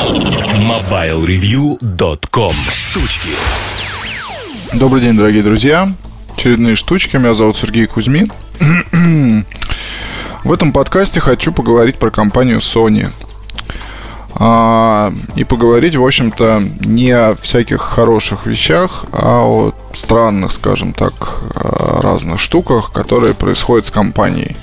MobileReview.com. Штучки. Добрый день, дорогие друзья. Очередные штучки. Меня зовут Сергей Кузьмин. В этом подкасте хочу поговорить про компанию Sony. И поговорить, в общем-то, не о всяких хороших вещах, а о странных, скажем так, разных штуках, которые происходят с компанией.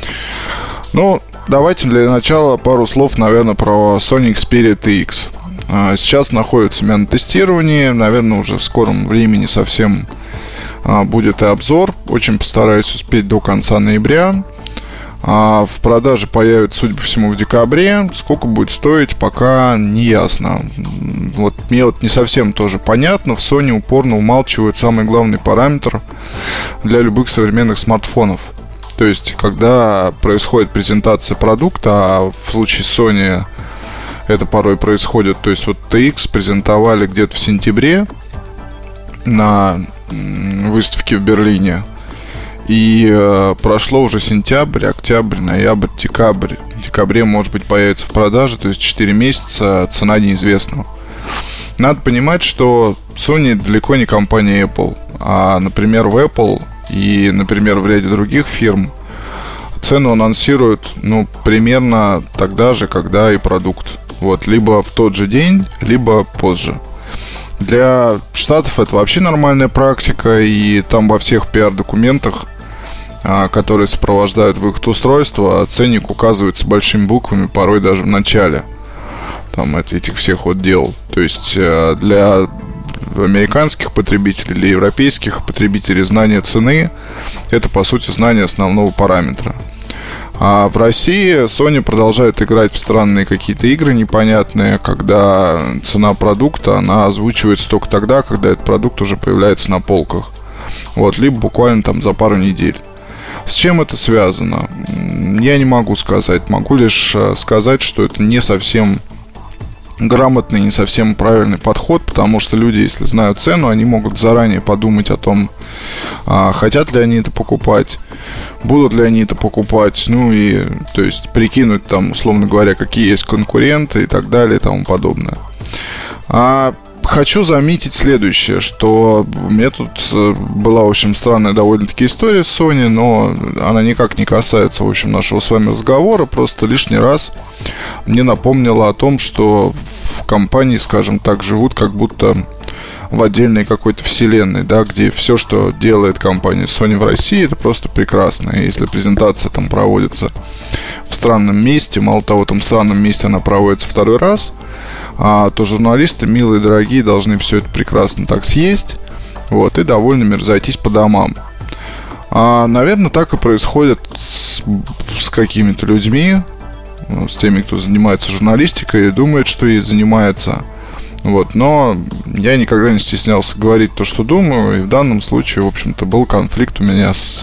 Ну, давайте для начала пару слов, наверное, про Sony Xperia TX. Сейчас находится у меня на тестировании. Наверное, уже в скором времени совсем будет и обзор. Очень постараюсь успеть до конца ноября. В продаже появится, судя по всему, в декабре. Сколько будет стоить, пока не ясно. Вот мне вот не совсем тоже понятно. В Sony упорно умалчивают самый главный параметр для любых современных смартфонов. То есть, когда происходит презентация продукта, а в случае Sony это порой происходит. То есть, вот TX презентовали где-то в сентябре на выставке в Берлине. И прошло уже сентябрь, октябрь, ноябрь, декабрь. В декабре, может быть, появится в продаже. То есть 4 месяца, цена неизвестна. Надо понимать, что Sony далеко не компания Apple. А, например, в Apple и, например, в ряде других фирм цену анонсируют, примерно тогда же, когда и продукт. Вот, либо в тот же день, либо позже. Для Штатов это вообще нормальная практика. И там во всех пиар-документах, которые сопровождают выход устройства, ценник указывается большими буквами, порой даже в начале этих всех вот дел. То есть для американских потребителей или европейских потребителей знание цены — это, по сути, знание основного параметра. А в России Sony продолжает играть в странные какие-то игры непонятные, когда цена продукта, она озвучивается только тогда, когда этот продукт уже появляется на полках. Вот, либо буквально за пару недель. С чем это связано? Я не могу сказать. Могу лишь сказать, что это не совсем грамотный, не совсем правильный подход, потому что люди, если знают цену, они могут заранее подумать о том, хотят ли они это покупать, будут ли они это покупать, то есть прикинуть условно говоря, какие есть конкуренты и так далее и тому подобное. Хочу заметить следующее, что у меня тут была, в общем, странная довольно-таки история с Sony, но она никак не касается, в общем, нашего с вами разговора. Просто лишний раз мне напомнило о том, что в компании, скажем так, живут как будто в отдельной какой-то вселенной, да, где все, что делает компания Sony в России, это просто прекрасно. И если презентация проводится в странном месте, мало того, в том странном месте она проводится второй раз, то журналисты, милые, дорогие, должны все это прекрасно так съесть, и довольными разойтись по домам. Наверное, так и происходит с какими-то людьми, с теми, кто занимается журналистикой и думает, что ей занимается. Но я никогда не стеснялся говорить то, что думаю, и в данном случае, в общем-то, был конфликт у меня с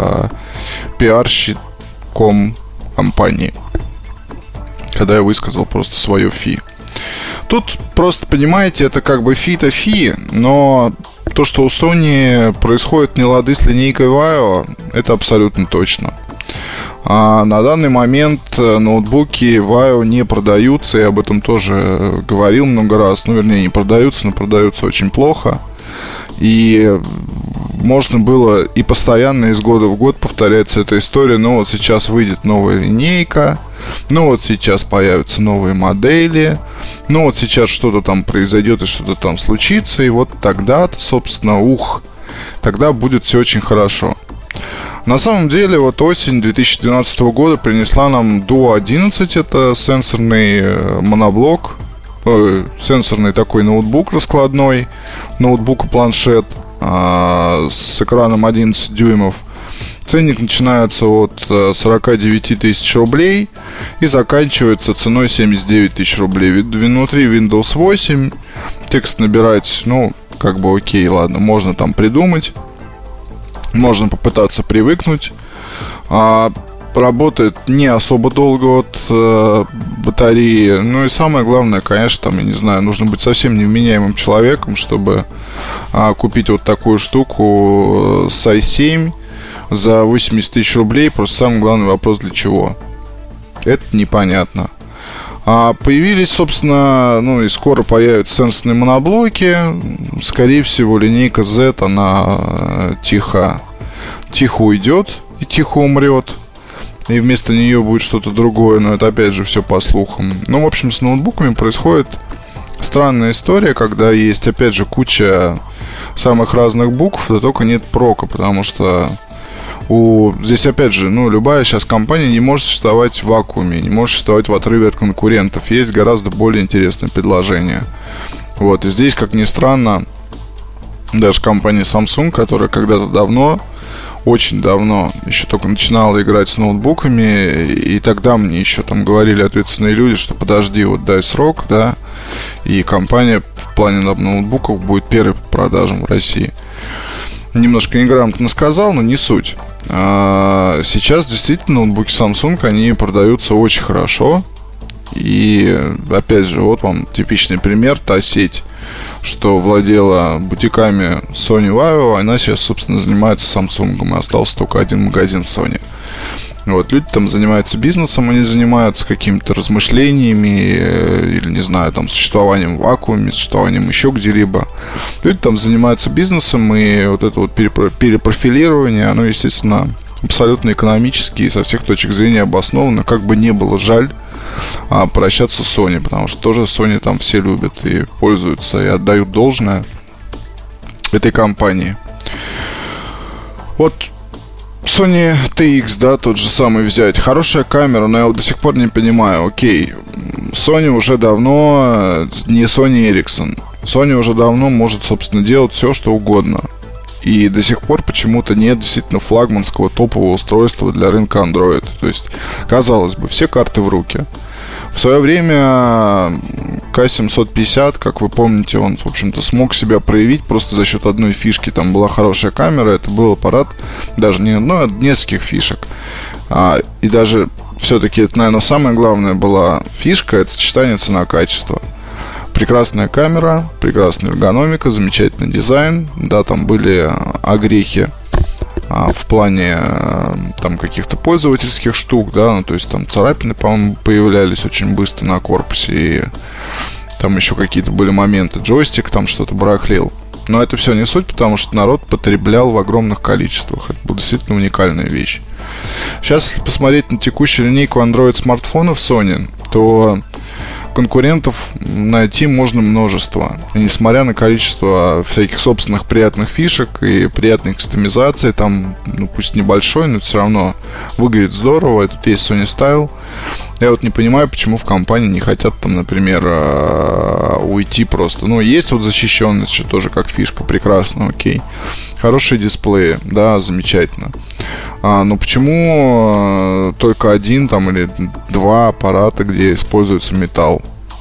пиарщиком компании, когда я высказал просто свое фи. Тут просто, понимаете, это как бы фи-то фи, но то, что у Sony происходит нелады с линейкой Vaio, это абсолютно точно. На данный момент ноутбуки Vaio не продаются, я об этом тоже говорил много раз. Вернее, не продаются, но продаются очень плохо. И можно было и постоянно из года в год повторяться эта история. Вот сейчас выйдет новая линейка, вот сейчас появятся новые модели, вот сейчас что-то произойдет и что-то случится. И вот тогда-то, собственно, тогда будет все очень хорошо. На самом деле, осень 2012 года принесла нам Duo 11. Это сенсорный моноблок, сенсорный такой ноутбук раскладной, ноутбук и планшет с экраном 11 дюймов. Ценник начинается от 49 тысяч рублей и заканчивается ценой 79 тысяч рублей. Внутри Windows 8. Текст набирать, окей, ладно, можно придумать. Можно попытаться привыкнуть. Работает не особо долго от батареи. И самое главное, конечно, я не знаю, нужно быть совсем невменяемым человеком, чтобы купить вот такую штуку с i7 за 80 тысяч рублей. Просто самый главный вопрос: для чего? Это непонятно. Появились, собственно, и скоро появятся сенсорные моноблоки. Скорее всего, линейка Z, она тихо уйдет и тихо умрет. И вместо нее будет что-то другое, но это опять же все по слухам. В общем, с ноутбуками происходит странная история, когда есть, опять же, куча самых разных букв, да только нет прока, потому что здесь, опять же, любая сейчас компания не может существовать в вакууме, не может существовать в отрыве от конкурентов. Есть гораздо более интересные предложения. И здесь, как ни странно, даже компания Samsung, которая когда-то давно, очень давно, еще только начинала играть с ноутбуками, и тогда мне еще там говорили ответственные люди, что подожди, дай срок, да, и компания в плане ноутбуков будет первой по продажам в России. Немножко неграмотно сказал, но не суть. Сейчас действительно ноутбуки Samsung, они продаются очень хорошо. И опять же, вот вам типичный пример. Та сеть, что владела бутиками Sony Vaio, она сейчас, собственно, занимается Samsung. И остался только один магазин Sony. Люди там занимаются бизнесом, они занимаются какими-то размышлениями или, не знаю, там, существованием в вакууме, существованием еще где-либо. Люди там занимаются бизнесом, и вот это вот перепрофилирование, оно, естественно, абсолютно экономически и со всех точек зрения обосновано. Как бы не было жаль прощаться с Sony, потому что тоже Sony там все любят и пользуются, и отдают должное этой компании. Sony TX, да, тот же самый взять. Хорошая камера, но я до сих пор не понимаю. Окей, Sony уже давно не Sony Ericsson. Sony уже давно может, собственно, делать все, что угодно. И до сих пор почему-то нет действительно флагманского топового устройства для рынка Android. То есть, казалось бы, все карты в руки. В свое время К750, как вы помните, он, в общем-то, смог себя проявить просто за счет одной фишки. Там была хорошая камера, это был аппарат даже не одной, а нескольких фишек. И даже все-таки это, наверное, самая главная была фишка — это сочетание цена-качество. Прекрасная камера, прекрасная эргономика, замечательный дизайн. Да, там были огрехи в плане там каких-то пользовательских штук, да, то есть там царапины, по-моему, появлялись очень быстро на корпусе, и там еще какие-то были моменты, джойстик там что-то барахлил. Но это все не суть, потому что народ потреблял в огромных количествах. Это была действительно уникальная вещь. Сейчас, если посмотреть на текущую линейку Android смартфонов Sony, то конкурентов найти можно множество. И несмотря на количество всяких собственных приятных фишек и приятной кастомизации, там, пусть небольшой, но все равно выглядит здорово. И тут есть Sony Style. Я не понимаю, почему в компании не хотят там, например, уйти просто. Есть защищенность, что тоже как фишка, прекрасно, окей. Хорошие дисплеи, да, замечательно. Но почему только один там или два аппарата, где используется металл?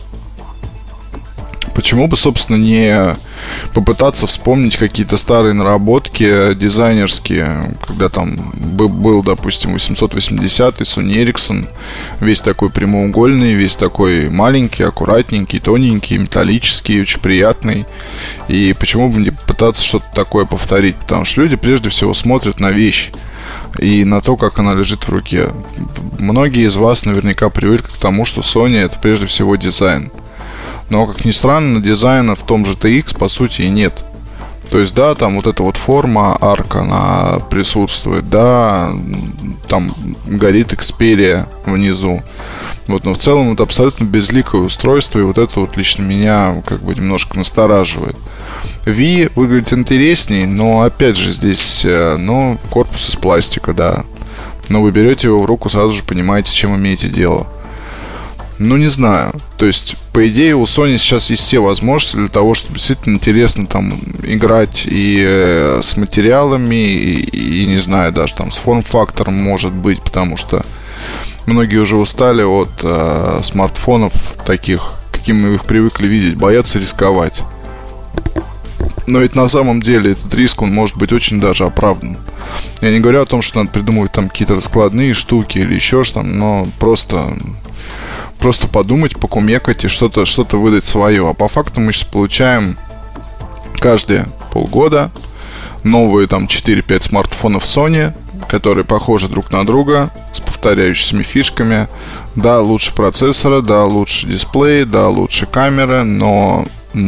Почему бы, собственно, не попытаться вспомнить какие-то старые наработки дизайнерские, когда там был, допустим, 880 Sony Ericsson, весь такой прямоугольный, весь такой маленький, аккуратненький, тоненький, металлический, очень приятный. И почему бы не попытаться что-то такое повторить? Потому что люди прежде всего смотрят на вещь и на то, как она лежит в руке. Многие из вас наверняка привыкли к тому, что Sony — это прежде всего дизайн. Но, как ни странно, дизайна в том же TX, по сути, и нет. То есть, да, там вот эта вот форма, арка, она присутствует. Да, там горит Xperia внизу. Но в целом это абсолютно безликое устройство. И вот это вот лично меня как бы немножко настораживает. V выглядит интересней, но, опять же, здесь, корпус из пластика, да. Но вы берете его в руку, сразу же понимаете, с чем имеете дело. Не знаю. То есть, по идее, у Sony сейчас есть все возможности для того, чтобы действительно интересно там играть и с материалами, и не знаю, даже там с форм-фактором, может быть, потому что многие уже устали от смартфонов таких, каким мы их привыкли видеть, боятся рисковать. Но ведь на самом деле этот риск, он может быть очень даже оправдан. Я не говорю о том, что надо придумывать там какие-то раскладные штуки или еще что-то, но просто подумать, покумекать и что-то выдать свое. А по факту мы сейчас получаем каждые полгода новые там 4-5 смартфонов Sony, которые похожи друг на друга, с повторяющимися фишками. Да, лучше процессора, да, лучше дисплей, да, лучше камеры, но...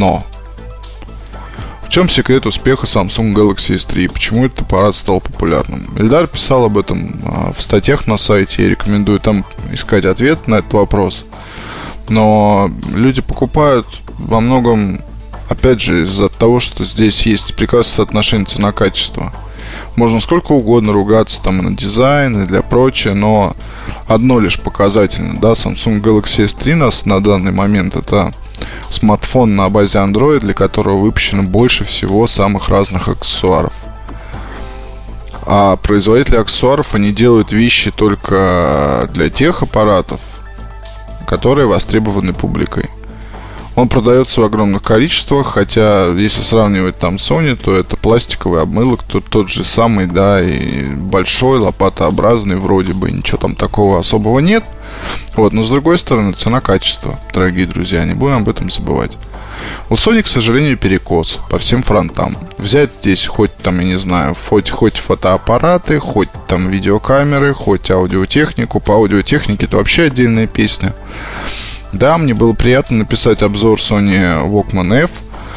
В чем секрет успеха Samsung Galaxy S3? Почему этот аппарат стал популярным? Эльдар писал об этом в статьях на сайте. Я рекомендую там искать ответ на этот вопрос. Но люди покупают во многом, опять же, из-за того, что здесь есть прекрасное соотношение цена-качество. Можно сколько угодно ругаться там и на дизайн, и для прочего, но одно лишь показательно, да, Samsung Galaxy S3 нас на данный момент это смартфон на базе Android, для которого выпущено больше всего самых разных аксессуаров. А производители аксессуаров, они делают вещи только для тех аппаратов, которые востребованы публикой. Он продается в огромных количествах, хотя если сравнивать там с Sony, то это пластиковый обмылок, тот же самый, да, и большой, лопатообразный, вроде бы ничего там такого особого нет. Вот, но с другой стороны, цена-качество, дорогие друзья, не будем об этом забывать. У Sony, к сожалению, перекос по всем фронтам. Взять здесь хоть там, я не знаю, хоть фотоаппараты, хоть там видеокамеры, хоть аудиотехнику. По аудиотехнике это вообще отдельная песня. Да, мне было приятно написать обзор Sony Walkman F,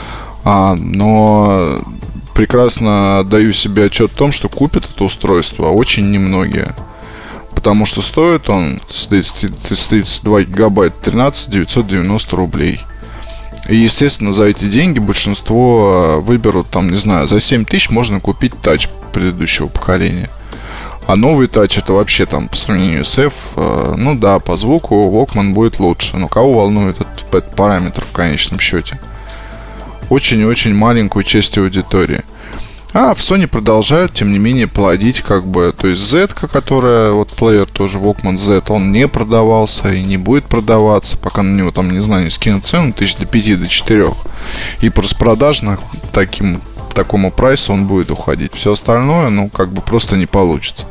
но прекрасно отдаю себе отчет в том, что купят это устройство очень немногие. Потому что стоит он с 32 гигабайт 13 990 рублей. И, естественно, за эти деньги большинство выберут, там, не знаю, за 7 тысяч можно купить тач предыдущего поколения. А новый тач это вообще там по сравнению с F, ну да, по звуку Walkman будет лучше. Но кого волнует этот параметр в конечном счете? Очень и очень маленькую часть аудитории. А в Sony продолжают, тем не менее, плодить как бы. То есть Z, которая, вот плеер тоже Walkman Z, он не продавался и не будет продаваться, пока на него там, не знаю, не скинут цену 5 до 4. И по распродажно такому прайсу он будет уходить. Все остальное, ну, как бы просто не получится.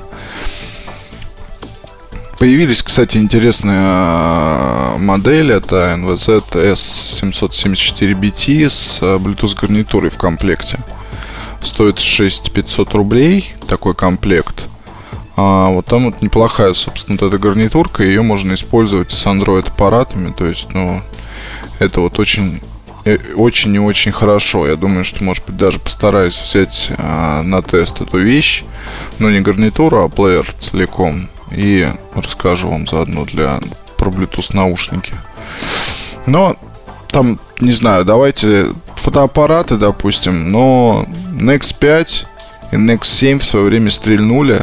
Появились, кстати, интересные модели. Это NVZ S774BT с Bluetooth гарнитурой в комплекте. Стоит 6500 рублей такой комплект. Вот там вот неплохая, собственно, вот эта гарнитурка. Ее можно использовать с Android аппаратами. То есть, ну, это вот очень и очень хорошо. Я думаю, что, может быть, даже постараюсь взять на тест эту вещь. Но не гарнитуру, а плеер целиком. И расскажу вам заодно про Bluetooth наушники. Но там, не знаю, давайте фотоаппараты, допустим. Но Nex 5 и Nex 7 в свое время стрельнули.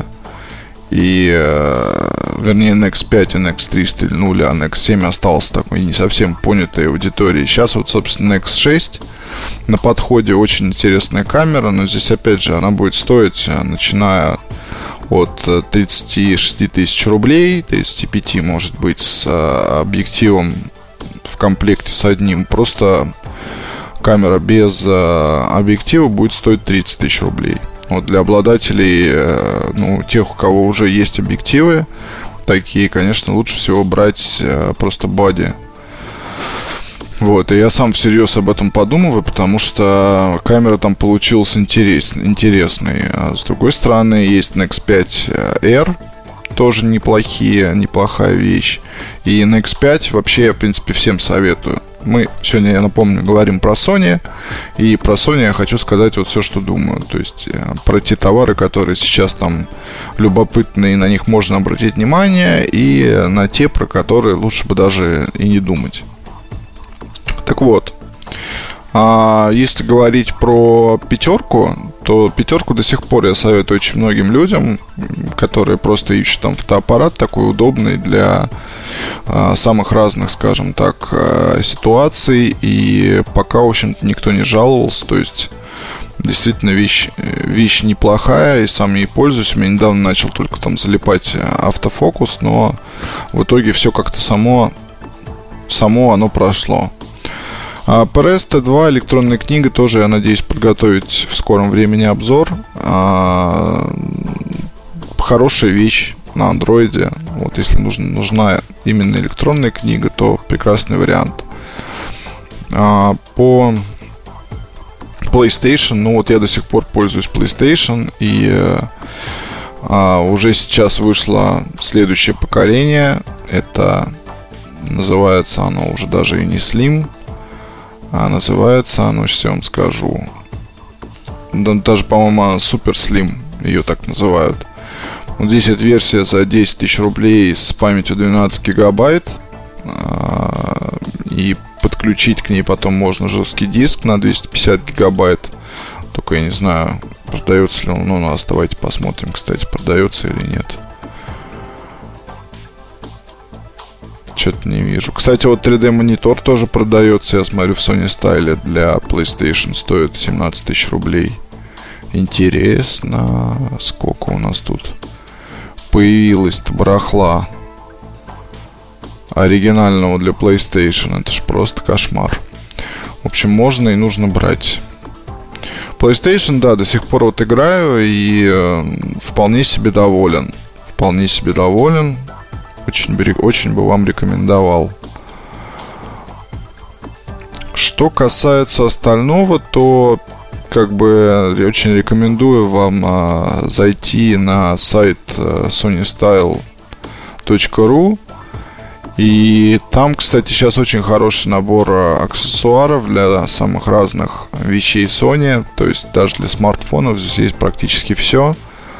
Вернее, Nex 5 и Nex 3 стрельнули, а Nex 7 остался такой не совсем понятой аудиторией. Сейчас вот, собственно, Nex 6 на подходе. Очень интересная камера, но здесь, опять же, она будет стоить, начиная от 36 тысяч рублей, 35, может быть, с объективом в комплекте с одним. Просто камера без объектива будет стоить 30 тысяч рублей. Вот для обладателей, ну, тех, у кого уже есть объективы, такие, конечно, лучше всего брать просто боди. Вот, и я сам всерьез об этом подумываю, потому что камера там получилась интересной. А с другой стороны, есть Nex 5R, тоже неплохая вещь. И Nex 5 вообще я, в принципе, всем советую. Мы сегодня, я напомню, говорим про Sony. И про Sony я хочу сказать вот все, что думаю. То есть про те товары, которые сейчас там любопытны, и на них можно обратить внимание, и на те, про которые лучше бы даже и не думать. Так вот, если говорить про пятерку, то пятерку до сих пор я советую очень многим людям, которые просто ищут там фотоаппарат такой удобный для самых разных, скажем так, ситуаций. И пока, в общем-то, никто не жаловался. То есть, действительно, вещь неплохая, и сам ей пользуюсь. У меня недавно начал только там залипать автофокус, но в итоге все как-то само оно прошло. PRS T2, электронная книга, тоже я надеюсь подготовить в скором времени обзор. Хорошая вещь на андроиде. Вот если нужна именно электронная книга, то прекрасный вариант. По PlayStation, ну вот я до сих пор пользуюсь PlayStation, и Уже сейчас вышло следующее поколение. Это называется оно уже даже и не Slim, а называется оно, сейчас я вам скажу, даже, по-моему, Super Slim ее так называют. Вот здесь эта версия за 10 тысяч рублей с памятью 12 гигабайт. И подключить к ней потом можно жесткий диск на 250 гигабайт. Только я не знаю, продается ли он у нас. Давайте посмотрим, кстати, продается или нет. Что-то не вижу. Кстати, вот 3D монитор тоже продается. Я смотрю, в Sony Style для PlayStation стоит 17 тысяч рублей. Интересно, сколько у нас тут появилось-то барахла оригинального для PlayStation. Это ж просто кошмар. В общем, можно и нужно брать. PlayStation, да, до сих пор вот играю и вполне себе доволен. Вполне себе доволен. Очень бы вам рекомендовал. Что касается остального, то как бы я очень рекомендую вам зайти на сайт sonystyle.ru. И там, кстати, сейчас очень хороший набор аксессуаров для самых разных вещей Sony. То есть даже для смартфонов здесь есть практически все.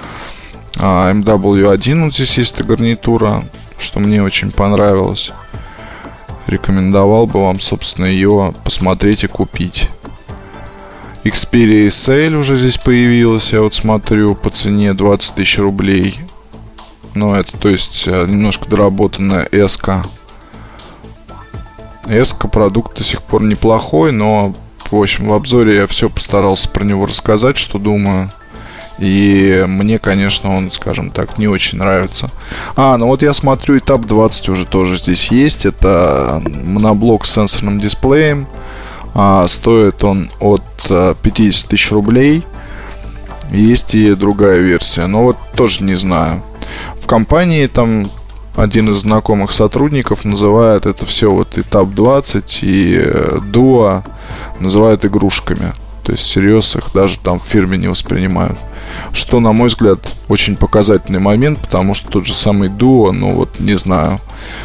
MW1 вот здесь есть эта гарнитура, что мне очень понравилось. Рекомендовал бы вам, собственно, ее посмотреть и купить. Xperia SL уже здесь появилась. Я вот смотрю по цене 20 тысяч рублей. Ну, это, то есть, немножко доработанная S-ка. S-ка продукт до сих пор неплохой, но, в общем, в обзоре я все постарался про него рассказать, что думаю. И мне, конечно, он, скажем так, не очень нравится. Ну вот я смотрю, Tab 20 уже тоже здесь есть. Это моноблок с сенсорным дисплеем. Стоит он от 50 тысяч рублей. Есть и другая версия, но вот тоже не знаю. В компании там один из знакомых сотрудников называет это все вот и Tab 20, и Duo называют игрушками. То есть всерьез их даже там в фирме не воспринимают. Что, на мой взгляд, очень показательный момент, потому что тот же самый Duo, ну вот не знаю,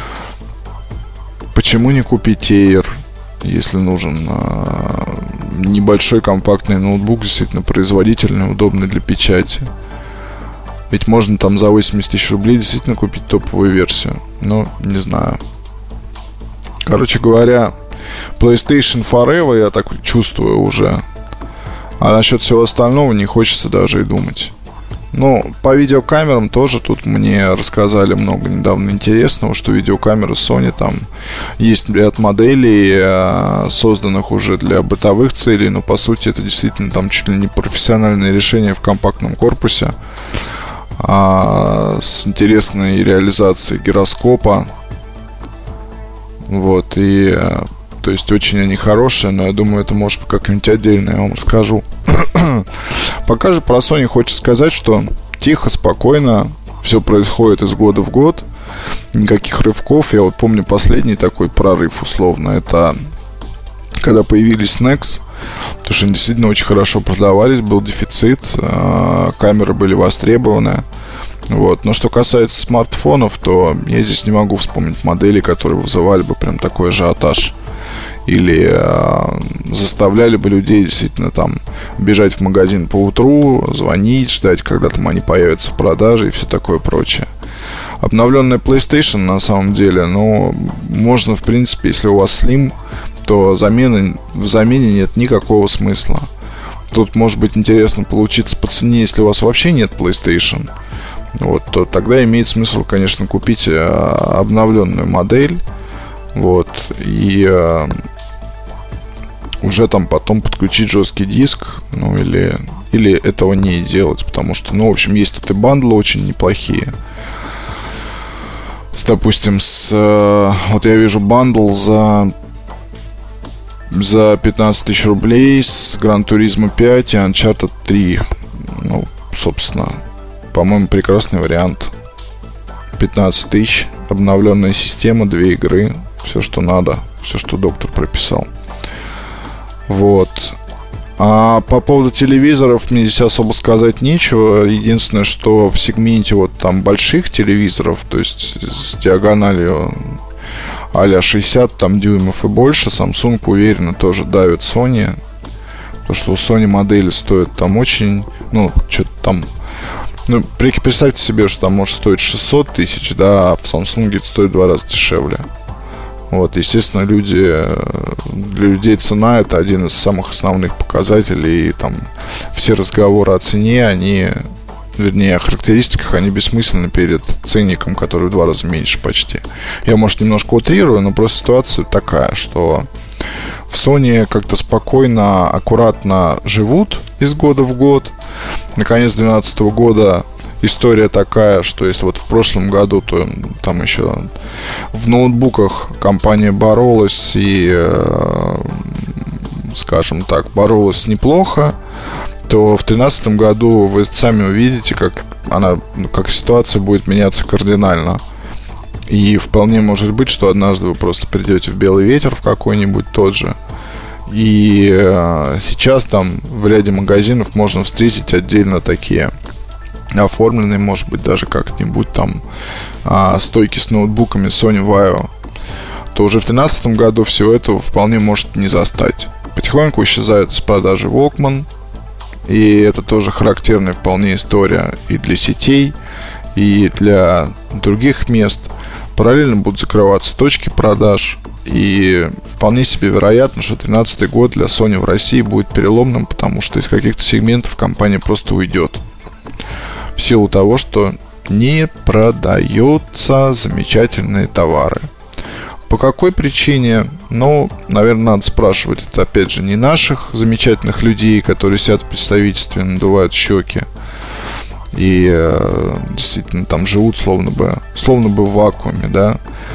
почему не купить Air, если нужен небольшой компактный ноутбук, действительно производительный, удобный для печати. Ведь можно там за 80 тысяч рублей действительно купить топовую версию. Ну, не знаю. Короче говоря, PlayStation Forever, я так чувствую уже. А насчет всего остального не хочется даже и думать. Ну, по видеокамерам тоже тут мне рассказали много недавно интересного, что видеокамеры Sony, там есть ряд моделей, созданных уже для бытовых целей, но по сути это действительно там чуть ли не профессиональное решение в компактном корпусе, с интересной реализацией гироскопа. Вот, и то есть очень они хорошие, но я думаю, это может как-нибудь отдельно я вам расскажу. Пока же про Sony хочется сказать, что тихо, спокойно все происходит из года в год. Никаких рывков. Я вот помню последний такой прорыв условно. Это когда появились Nex, потому что они действительно очень хорошо продавались, был дефицит, камеры были востребованы. Вот. Но что касается смартфонов, то я здесь не могу вспомнить модели, которые вызывали бы прям такой ажиотаж. Или заставляли бы людей действительно там бежать в магазин по утру, звонить, ждать, когда там они появятся в продаже и все такое прочее. Обновленная PlayStation на самом деле, ну, можно, в принципе, если у вас Slim, то в замене нет никакого смысла. Тут может быть интересно получиться по цене, если у вас вообще нет PlayStation. Вот, то тогда имеет смысл, конечно, купить обновленную модель. Вот, и уже там потом подключить жесткий диск. Ну, или этого не делать, потому что, ну, в общем, есть тут и бандлы очень неплохие. Допустим, вот я вижу бандл за 15 тысяч рублей с Gran Turismo 5 и Uncharted 3. Ну, собственно, по-моему, прекрасный вариант. 15 тысяч, обновленная система, 2 игры. Все, что надо, все, что доктор прописал. Вот. А по поводу телевизоров мне здесь особо сказать нечего. Единственное, что в сегменте вот там больших телевизоров, то есть с диагональю а-ля 60 там дюймов и больше, Samsung уверенно тоже давит Sony. Потому что у Sony модели стоят там очень, ну, что-то там... Ну, представьте себе, что там может стоить 600 тысяч, да, а в Samsung это стоит в 2 раза дешевле. Вот, естественно, для людей цена — это один из самых основных показателей. И там все разговоры о цене, вернее, о характеристиках, они бессмысленны перед ценником, который в 2 раза меньше почти. Я, может, немножко утрирую, но просто ситуация такая, что в Sony как-то спокойно, аккуратно живут из года в год. Наконец 2012 года история такая, что если вот в прошлом году, то там еще в ноутбуках компания боролась и, скажем так, боролась неплохо, то в 2013 году вы сами увидите, как ситуация будет меняться кардинально. И вполне может быть, что однажды вы просто придете в Белый ветер в какой-нибудь тот же. И сейчас там в ряде магазинов можно встретить отдельно такие оформленные, может быть, даже как-нибудь там стойки с ноутбуками Sony Vaio. То уже в 2013 году всего этого вполне может не застать. Потихоньку исчезают из продажи Walkman. И это тоже характерная вполне история и для сетей, и для других мест. Параллельно будут закрываться точки продаж. И вполне себе вероятно, что 2013 год для Sony в России будет переломным, потому что из каких-то сегментов компания просто уйдет. В силу того, что не продаются замечательные товары. По какой причине? Ну, наверное, надо спрашивать. Это, опять же, не наших замечательных людей, которые сидят в представительстве, надувают щеки и действительно там живут словно бы в вакууме, да.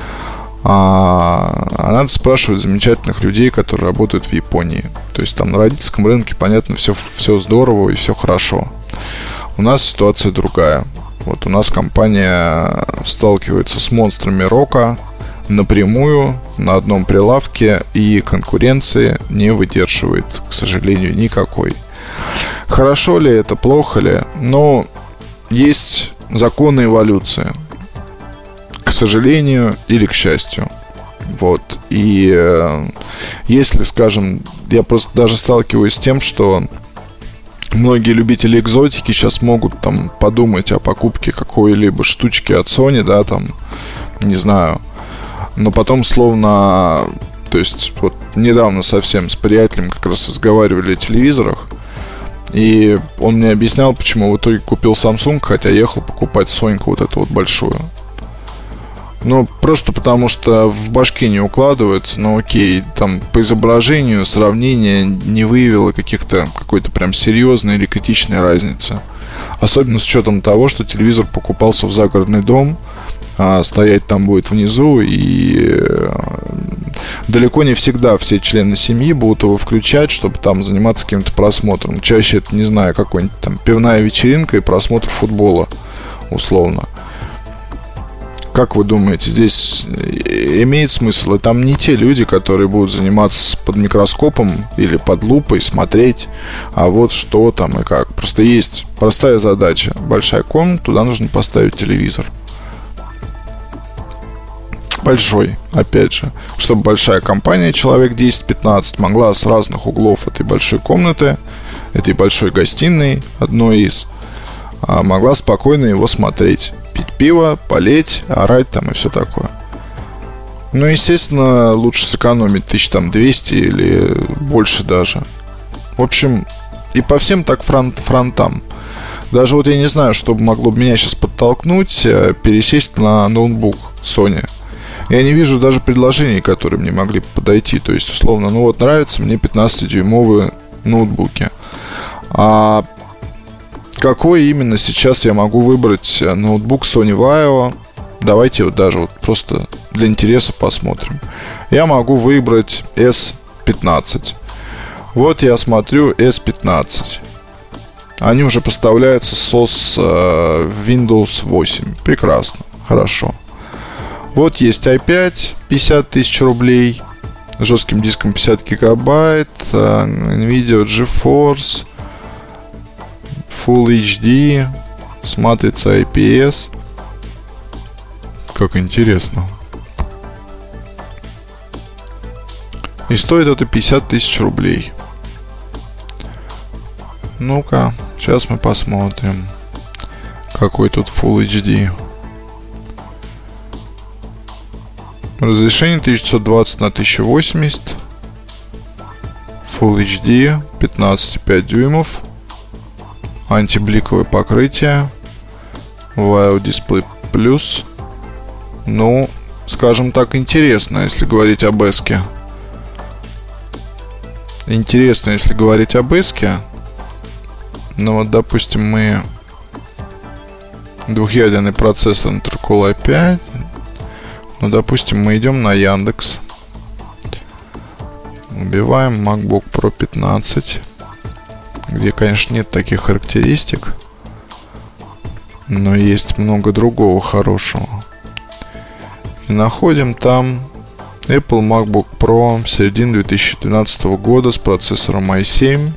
А надо спрашивать замечательных людей, которые работают в Японии. То есть там на родительском рынке, понятно, все здорово и все хорошо. У нас ситуация другая. Вот у нас компания сталкивается с монстрами рока напрямую на одном прилавке, и конкуренции не выдерживает, к сожалению, никакой. Хорошо ли это, плохо ли? Но есть законы эволюции, к сожалению или к счастью. Вот. И если, скажем, я просто даже сталкиваюсь с тем, что многие любители экзотики сейчас могут там подумать о покупке какой-либо штучки от Sony, да, там, не знаю. Но потом словно... То есть вот недавно совсем с приятелем как раз разговаривали о телевизорах. И он мне объяснял, почему в итоге купил Samsung, хотя ехал покупать Соньку вот эту вот большую. Ну, просто потому что в башке не укладывается. Ну, окей, там по изображению сравнение не выявило какой-то прям серьезной или критичной разницы. Особенно с учетом того, что телевизор покупался в загородный дом, стоять там будет внизу, и далеко не всегда все члены семьи будут его включать, чтобы там заниматься каким-то просмотром. Чаще это, не знаю, какой-нибудь там пивная вечеринка и просмотр футбола, условно. Как вы думаете, здесь имеет смысл? И там не те люди, которые будут заниматься под микроскопом или под лупой, смотреть, а вот что там и как. Просто есть простая задача. Большая комната, туда нужно поставить телевизор. Большой, опять же. Чтобы большая компания, человек 10-15, могла с разных углов этой большой комнаты, этой большой гостиной, одной из, могла спокойно его смотреть. Пить пиво, болеть, орать там и все такое. Ну, естественно, лучше сэкономить 1200 или больше даже. В общем, и по всем так фронтам. Даже вот я не знаю, что могло бы меня сейчас подтолкнуть пересесть на ноутбук Sony. Я не вижу даже предложений, которые мне могли подойти. То есть, условно, ну вот нравятся мне 15-дюймовые ноутбуки. А какой именно сейчас я могу выбрать ноутбук Sony Vaio? Давайте вот даже вот просто для интереса посмотрим. Я могу выбрать S15. Вот я смотрю S15. Они уже поставляются с Windows 8. Прекрасно, хорошо. Вот есть i5, 50 тысяч рублей. жестким диском 50 гигабайт, NVIDIA GeForce, Full HD, с матрицей IPS. Как интересно. И стоит это 50 тысяч рублей. Ну-ка, сейчас мы посмотрим, какой тут Full HD. Разрешение 1920 на 1080. Full HD, 15,5 дюймов. Антибликовое покрытие. Wow Display Plus. Ну, скажем так, интересно, если говорить об эске. Интересно, если говорить об эске. Ну вот, допустим, мы двухъядерный процессор Intel Core i5. Ну, допустим, мы идем на Яндекс. Убиваем MacBook Pro 15, где, конечно, нет таких характеристик, но есть много другого хорошего. И находим там Apple MacBook Pro середины 2012 года с процессором i7.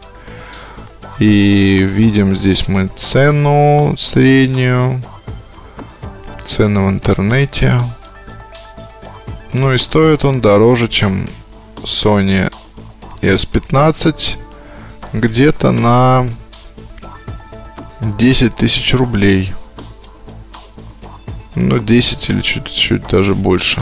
И видим здесь мы цену среднюю, цены в интернете. Ну и стоит он дороже, чем Sony S15, где-то на 10 тысяч рублей. Ну, 10 или чуть-чуть даже больше.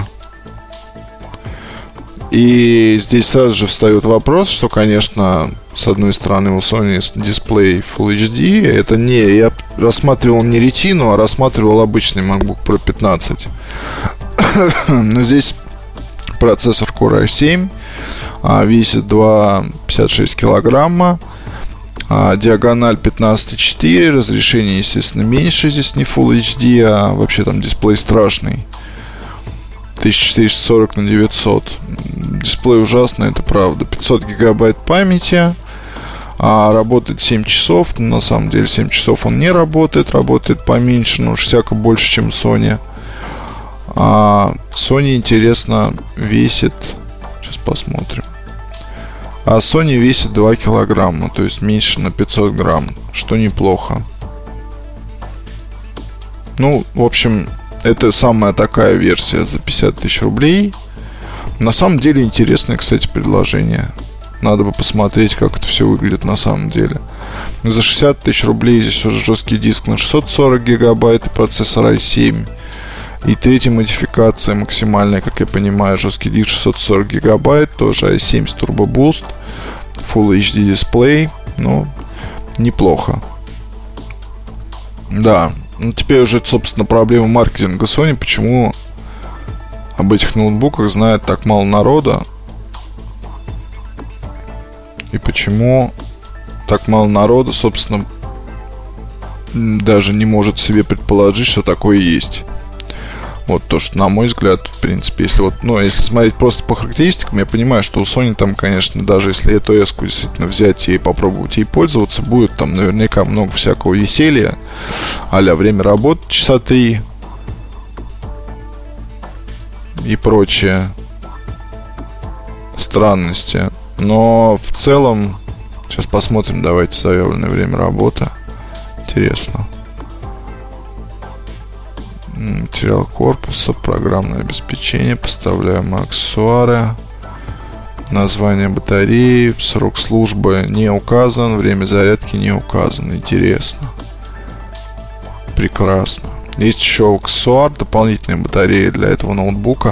И здесь сразу же встает вопрос, что, конечно, с одной стороны у Sony дисплей Full HD. Это не... Я рассматривал не ретину, а рассматривал обычный MacBook Pro 15. Но здесь процессор Core i7, весит 2,56 килограмма, диагональ 15,4, разрешение, естественно, меньше. Здесь не Full HD, а вообще там дисплей страшный, 1440 на 900. Дисплей ужасный, это правда. 500 гигабайт памяти, работает 7 часов. На самом деле 7 часов он не работает, работает поменьше, но уж всяко больше, чем Sony. Sony, интересно, весит... Сейчас посмотрим. Sony весит 2 килограмма, то есть меньше на 500 грамм, что неплохо. Ну, в общем, это самая такая версия за 50 тысяч рублей. На самом деле интересное, кстати, предложение. Надо бы посмотреть, как это все выглядит на самом деле. За 60 тысяч рублей здесь уже жесткий диск на 640 гигабайт и процессор i7. И третья модификация максимальная, как я понимаю, жесткий диск 640 гигабайт, тоже i7 с Turbo Boost, Full HD дисплей. Ну, неплохо. Да, ну теперь уже, собственно, проблема маркетинга Sony. Почему об этих ноутбуках знает так мало народа? И почему так мало народа, собственно, даже не может себе предположить, что такое есть. Вот то, что, на мой взгляд, в принципе, если вот, ну, если смотреть просто по характеристикам, я понимаю, что у Sony там, конечно, даже если эту S-ку действительно взять и попробовать ей пользоваться, будет там наверняка много всякого веселья, а-ля время работы часа 3 и прочие странности. Но в целом, сейчас посмотрим, давайте заявленное время работы. Интересно. Материал корпуса, программное обеспечение, поставляемые аксессуары, название батареи, срок службы не указан, время зарядки не указано. Интересно. Прекрасно. Есть еще аксессуар, дополнительная батарея для этого ноутбука,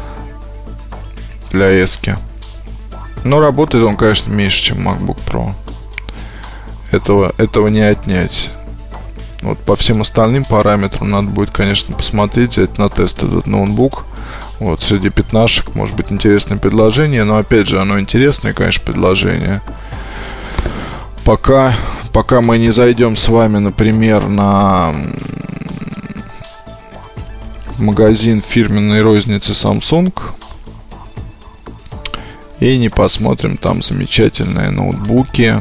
для S-ки. Но работает он, конечно, меньше, чем MacBook Pro. Этого не отнять. Вот по всем остальным параметрам надо будет, конечно, посмотреть, взять на тест этот ноутбук. Вот среди пятнашек может быть интересное предложение, но опять же, оно интересное, конечно, предложение. Пока мы не зайдем с вами, например, на магазин фирменной розницы Samsung и не посмотрим там замечательные ноутбуки,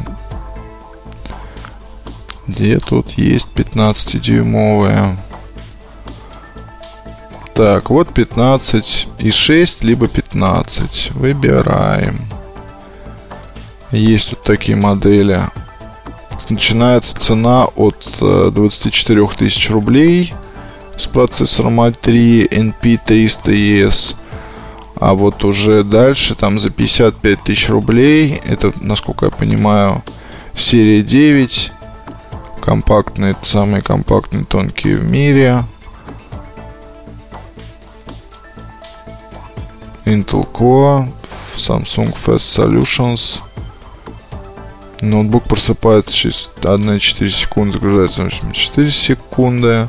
где тут есть 15-дюймовые. Так, вот 15,6, либо 15. Выбираем. Есть вот такие модели. Начинается цена от 24 тысяч рублей с процессором i3 NP300ES. А вот уже дальше там за 55 тысяч рублей, это, насколько я понимаю, серия 9. Компактные, самые компактные, тонкие в мире. Intel Core, Samsung Fast Solutions. Ноутбук просыпается через 1,4 секунды, загружается 4 секунды.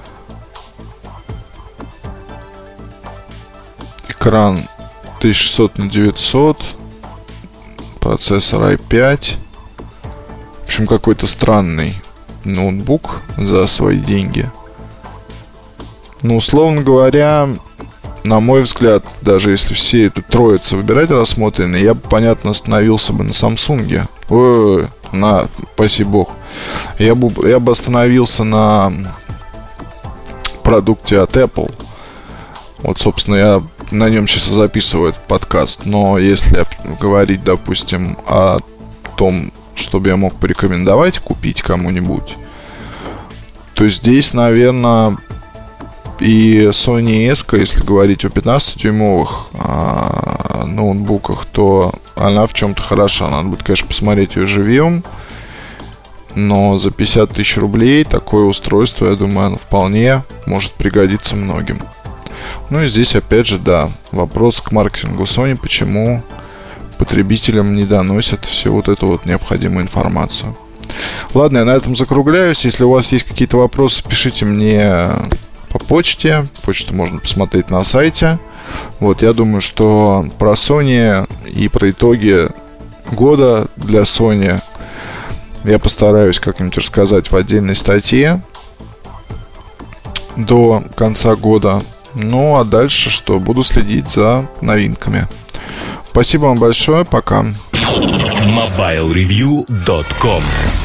Экран 1600 на 900. Процессор i5. В общем, какой-то странный ноутбук за свои деньги. Ну, условно говоря, на мой взгляд, даже если все эту троицу выбирать рассмотренные, я бы, понятно, остановился бы на Samsung. Спаси бог. Я бы остановился на продукте от Apple. Вот, собственно, я на нем сейчас записываю этот подкаст. Но если говорить, допустим, о том, чтобы я мог порекомендовать купить кому-нибудь, то здесь, наверное, и Sony S, если говорить о 15-дюймовых ноутбуках, то она в чем-то хороша. Надо будет, конечно, посмотреть ее живьем. Но за 50 тысяч рублей такое устройство, я думаю, оно вполне может пригодиться многим. Ну и здесь, опять же, да, вопрос к маркетингу Sony, почему потребителям не доносят всю вот эту вот необходимую информацию. Ладно, я на этом закругляюсь. Если у вас есть какие-то вопросы, пишите мне по почте. Почту можно посмотреть на сайте. Вот, я думаю, что про Sony и про итоги года для Sony я постараюсь как-нибудь рассказать в отдельной статье до конца года. Ну, а дальше что? Буду следить за новинками. Спасибо вам большое. Пока. MobileReview.com